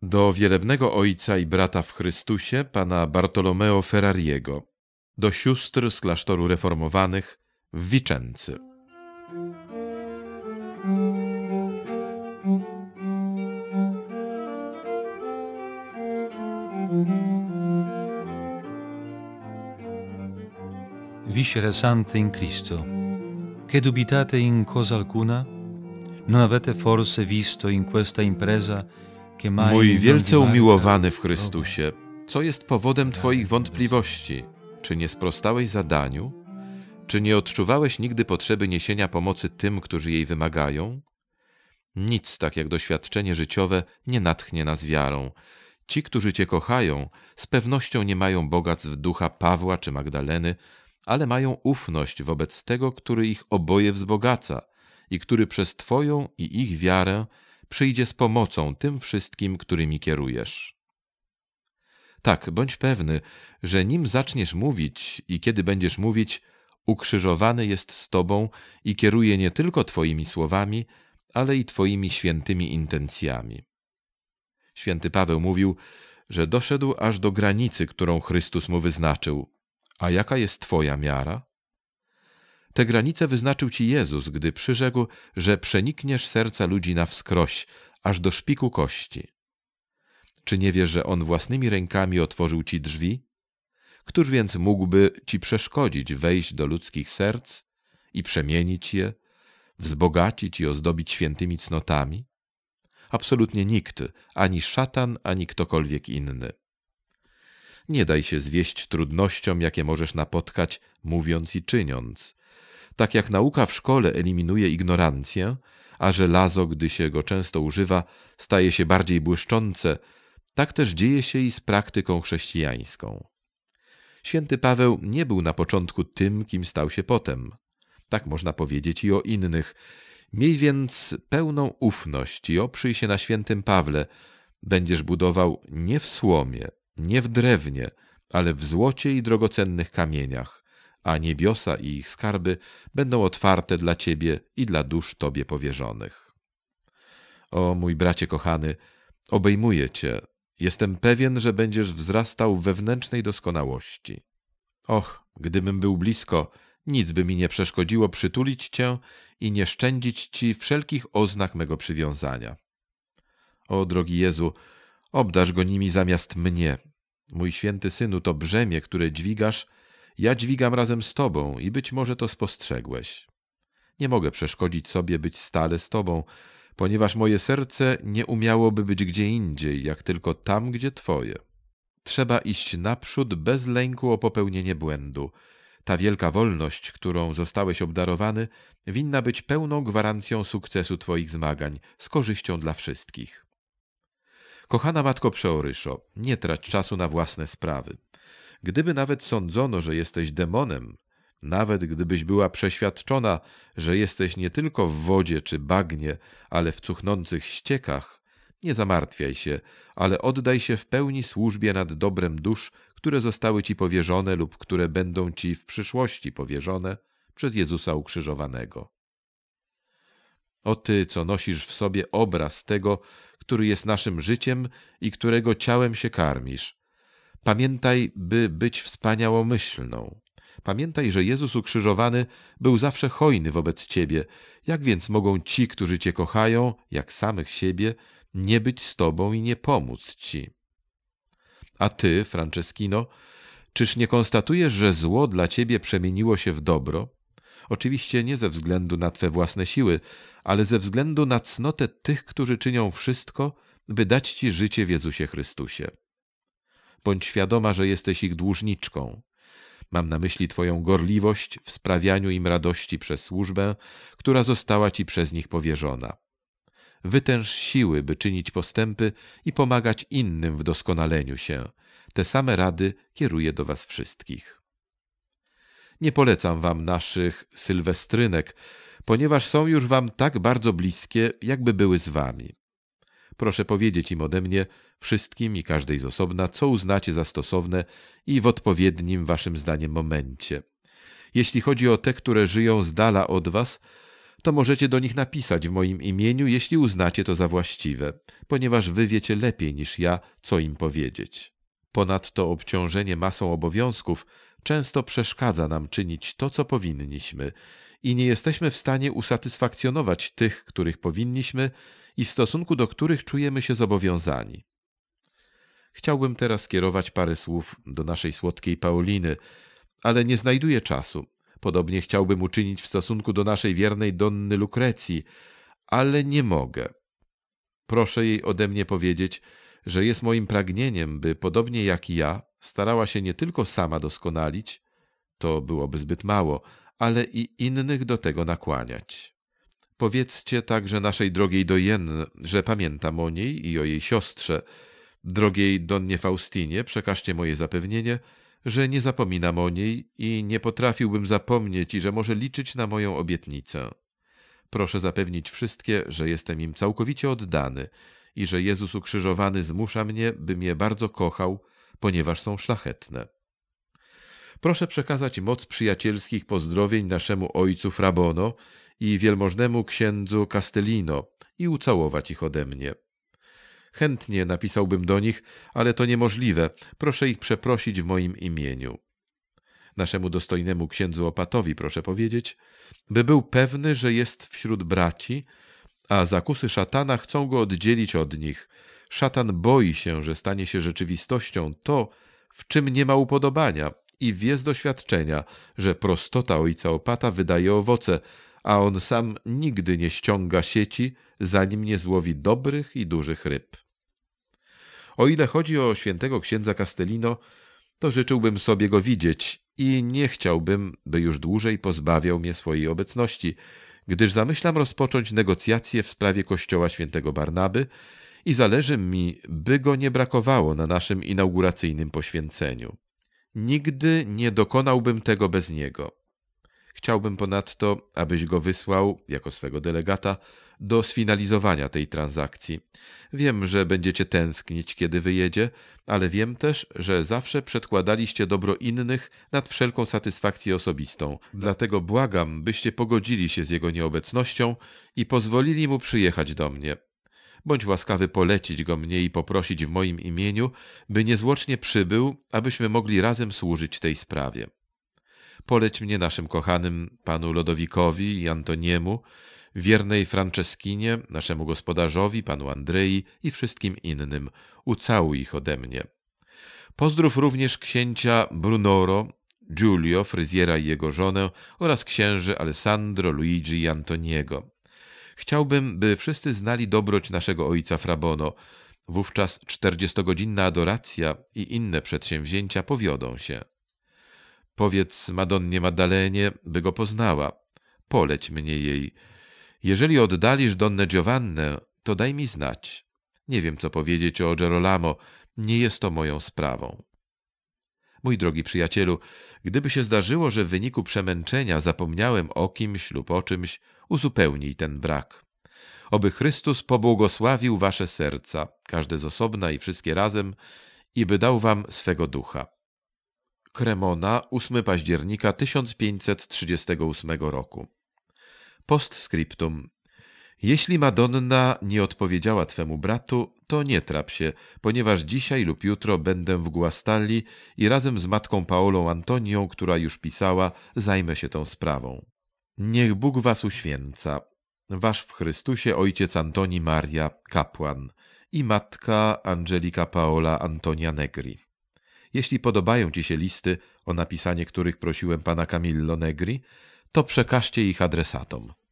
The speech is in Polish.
Do wielebnego ojca i brata w Chrystusie, pana Bartolomeo Ferrariego, do sióstr z klasztoru reformowanych w Vicency. Viscere Sante in Cristo, che dubitate in cosa alcuna? Non avete forse visto in questa impresa che mai Mój wielce umiłowany w Chrystusie, co jest powodem twoich wątpliwości? Czy nie sprostałeś zadaniu? Czy nie odczuwałeś nigdy potrzeby niesienia pomocy tym, którzy jej wymagają? Nic tak jak doświadczenie życiowe nie natchnie nas wiarą. Ci, którzy cię kochają, z pewnością nie mają bogactw ducha Pawła czy Magdaleny, ale mają ufność wobec tego, który ich oboje wzbogaca i który przez twoją i ich wiarę przyjdzie z pomocą tym wszystkim, którymi kierujesz. Tak, bądź pewny, że nim zaczniesz mówić i kiedy będziesz mówić, ukrzyżowany jest z tobą i kieruje nie tylko twoimi słowami, ale i twoimi świętymi intencjami. Święty Paweł mówił, że doszedł aż do granicy, którą Chrystus mu wyznaczył. A jaka jest twoja miara? Tę granicę wyznaczył ci Jezus, gdy przyrzekł, że przenikniesz serca ludzi na wskroś, aż do szpiku kości. Czy nie wiesz, że On własnymi rękami otworzył ci drzwi? Któż więc mógłby ci przeszkodzić wejść do ludzkich serc i przemienić je, wzbogacić i ozdobić świętymi cnotami? Absolutnie nikt, ani szatan, ani ktokolwiek inny. Nie daj się zwieść trudnościom, jakie możesz napotkać, mówiąc i czyniąc. Tak jak nauka w szkole eliminuje ignorancję, a żelazo, gdy się go często używa, staje się bardziej błyszczące, tak też dzieje się i z praktyką chrześcijańską. Święty Paweł nie był na początku tym, kim stał się potem. Tak można powiedzieć i o innych. Miej więc pełną ufność i oprzyj się na świętym Pawle. Będziesz budował nie w słomie, nie w drewnie, ale w złocie i drogocennych kamieniach, a niebiosa i ich skarby będą otwarte dla ciebie i dla dusz tobie powierzonych. O mój bracie kochany, obejmuję cię. Jestem pewien, że będziesz wzrastał w wewnętrznej doskonałości. Och, gdybym był blisko, nic by mi nie przeszkodziło przytulić cię i nie szczędzić ci wszelkich oznak mego przywiązania. O drogi Jezu, obdarz go nimi zamiast mnie. Mój święty Synu, to brzemię, które dźwigasz, ja dźwigam razem z tobą i być może to spostrzegłeś. Nie mogę przeszkodzić sobie być stale z tobą, ponieważ moje serce nie umiałoby być gdzie indziej, jak tylko tam, gdzie twoje. Trzeba iść naprzód bez lęku o popełnienie błędu. Ta wielka wolność, którą zostałeś obdarowany, winna być pełną gwarancją sukcesu twoich zmagań, z korzyścią dla wszystkich. Kochana Matko Przeoryszo, nie trać czasu na własne sprawy. Gdyby nawet sądzono, że jesteś demonem, nawet gdybyś była przeświadczona, że jesteś nie tylko w wodzie czy bagnie, ale w cuchnących ściekach, nie zamartwiaj się, ale oddaj się w pełni służbie nad dobrem dusz, które zostały ci powierzone lub które będą ci w przyszłości powierzone przez Jezusa ukrzyżowanego. O ty, co nosisz w sobie obraz tego, który jest naszym życiem i którego ciałem się karmisz. Pamiętaj, by być wspaniałomyślną. Pamiętaj, że Jezus ukrzyżowany był zawsze hojny wobec ciebie. Jak więc mogą ci, którzy cię kochają, jak samych siebie, nie być z tobą i nie pomóc ci? A ty, Franceschino, czyż nie konstatujesz, że zło dla ciebie przemieniło się w dobro? Oczywiście nie ze względu na twe własne siły, ale ze względu na cnotę tych, którzy czynią wszystko, by dać ci życie w Jezusie Chrystusie. Bądź świadoma, że jesteś ich dłużniczką. Mam na myśli twoją gorliwość w sprawianiu im radości przez służbę, która została ci przez nich powierzona. Wytęż siły, by czynić postępy i pomagać innym w doskonaleniu się. Te same rady kieruję do was wszystkich. Nie polecam wam naszych sylwestrynek, ponieważ są już wam tak bardzo bliskie, jakby były z wami. Proszę powiedzieć im ode mnie, wszystkim i każdej z osobna, co uznacie za stosowne i w odpowiednim waszym zdaniem momencie. Jeśli chodzi o te, które żyją z dala od was, to możecie do nich napisać w moim imieniu, jeśli uznacie to za właściwe, ponieważ wy wiecie lepiej niż ja, co im powiedzieć. Ponadto obciążenie masą obowiązków często przeszkadza nam czynić to, co powinniśmy i nie jesteśmy w stanie usatysfakcjonować tych, których powinniśmy i w stosunku do których czujemy się zobowiązani. Chciałbym teraz skierować parę słów do naszej słodkiej Pauliny, ale nie znajduję czasu. Podobnie chciałbym uczynić w stosunku do naszej wiernej Donny Lukrecji, ale nie mogę. Proszę jej ode mnie powiedzieć, że jest moim pragnieniem, by podobnie jak ja starała się nie tylko sama doskonalić, to byłoby zbyt mało, ale i innych do tego nakłaniać. Powiedzcie także naszej drogiej Dojenny, że pamiętam o niej i o jej siostrze. Drogiej Donnie Faustinie przekażcie moje zapewnienie, że nie zapominam o niej i nie potrafiłbym zapomnieć i że może liczyć na moją obietnicę. Proszę zapewnić wszystkie, że jestem im całkowicie oddany i że Jezus ukrzyżowany zmusza mnie, bym je bardzo kochał, ponieważ są szlachetne. Proszę przekazać moc przyjacielskich pozdrowień naszemu ojcu Frabono i wielmożnemu księdzu Castellino i ucałować ich ode mnie. Chętnie napisałbym do nich, ale to niemożliwe. Proszę ich przeprosić w moim imieniu. Naszemu dostojnemu księdzu Opatowi proszę powiedzieć, by był pewny, że jest wśród braci, a zakusy szatana chcą go oddzielić od nich. Szatan boi się, że stanie się rzeczywistością to, w czym nie ma upodobania i wie z doświadczenia, że prostota ojca Opata wydaje owoce, a on sam nigdy nie ściąga sieci, zanim nie złowi dobrych i dużych ryb. O ile chodzi o świętego księdza Castellino, to życzyłbym sobie go widzieć i nie chciałbym, by już dłużej pozbawiał mnie swojej obecności, gdyż zamyślam rozpocząć negocjacje w sprawie kościoła świętego Barnaby i zależy mi, by go nie brakowało na naszym inauguracyjnym poświęceniu. Nigdy nie dokonałbym tego bez niego. Chciałbym ponadto, abyś go wysłał, jako swego delegata, do sfinalizowania tej transakcji. Wiem, że będziecie tęsknić, kiedy wyjedzie, ale wiem też, że zawsze przedkładaliście dobro innych nad wszelką satysfakcję osobistą. Dlatego błagam, byście pogodzili się z jego nieobecnością i pozwolili mu przyjechać do mnie. Bądź łaskawy polecić go mnie i poprosić w moim imieniu, by niezwłocznie przybył, abyśmy mogli razem służyć tej sprawie. Poleć mnie naszym kochanym panu Lodowikowi i Antoniemu, wiernej Franceskinie, naszemu gospodarzowi, panu Andrei i wszystkim innym. Ucałuj ich ode mnie. Pozdrów również księcia Brunoro, Giulio, fryzjera i jego żonę oraz księży Alessandro, Luigi i Antoniego. Chciałbym, by wszyscy znali dobroć naszego ojca Frabono. Wówczas 40-godzinna adoracja i inne przedsięwzięcia powiodą się. Powiedz Madonnie Maddalenie, by go poznała. Poleć mnie jej. Jeżeli oddalisz Donnę Giovannę, to daj mi znać. Nie wiem, co powiedzieć o Gerolamo. Nie jest to moją sprawą. Mój drogi przyjacielu, gdyby się zdarzyło, że w wyniku przemęczenia zapomniałem o kimś lub o czymś, uzupełnij ten brak. Oby Chrystus pobłogosławił wasze serca, każde z osobna i wszystkie razem, i by dał wam swego ducha. Cremona, 8 października 1538 roku. Postscriptum. Jeśli Madonna nie odpowiedziała twemu bratu, to nie trap się, ponieważ dzisiaj lub jutro będę w Guastalli i razem z matką Paolą Antonią, która już pisała, zajmę się tą sprawą. Niech Bóg was uświęca. Wasz w Chrystusie ojciec Antoni Maria, kapłan, i matka Angelika Paola Antonia Negri. Jeśli podobają ci się listy, o napisanie których prosiłem pana Camillo Negri, to przekażcie ich adresatom.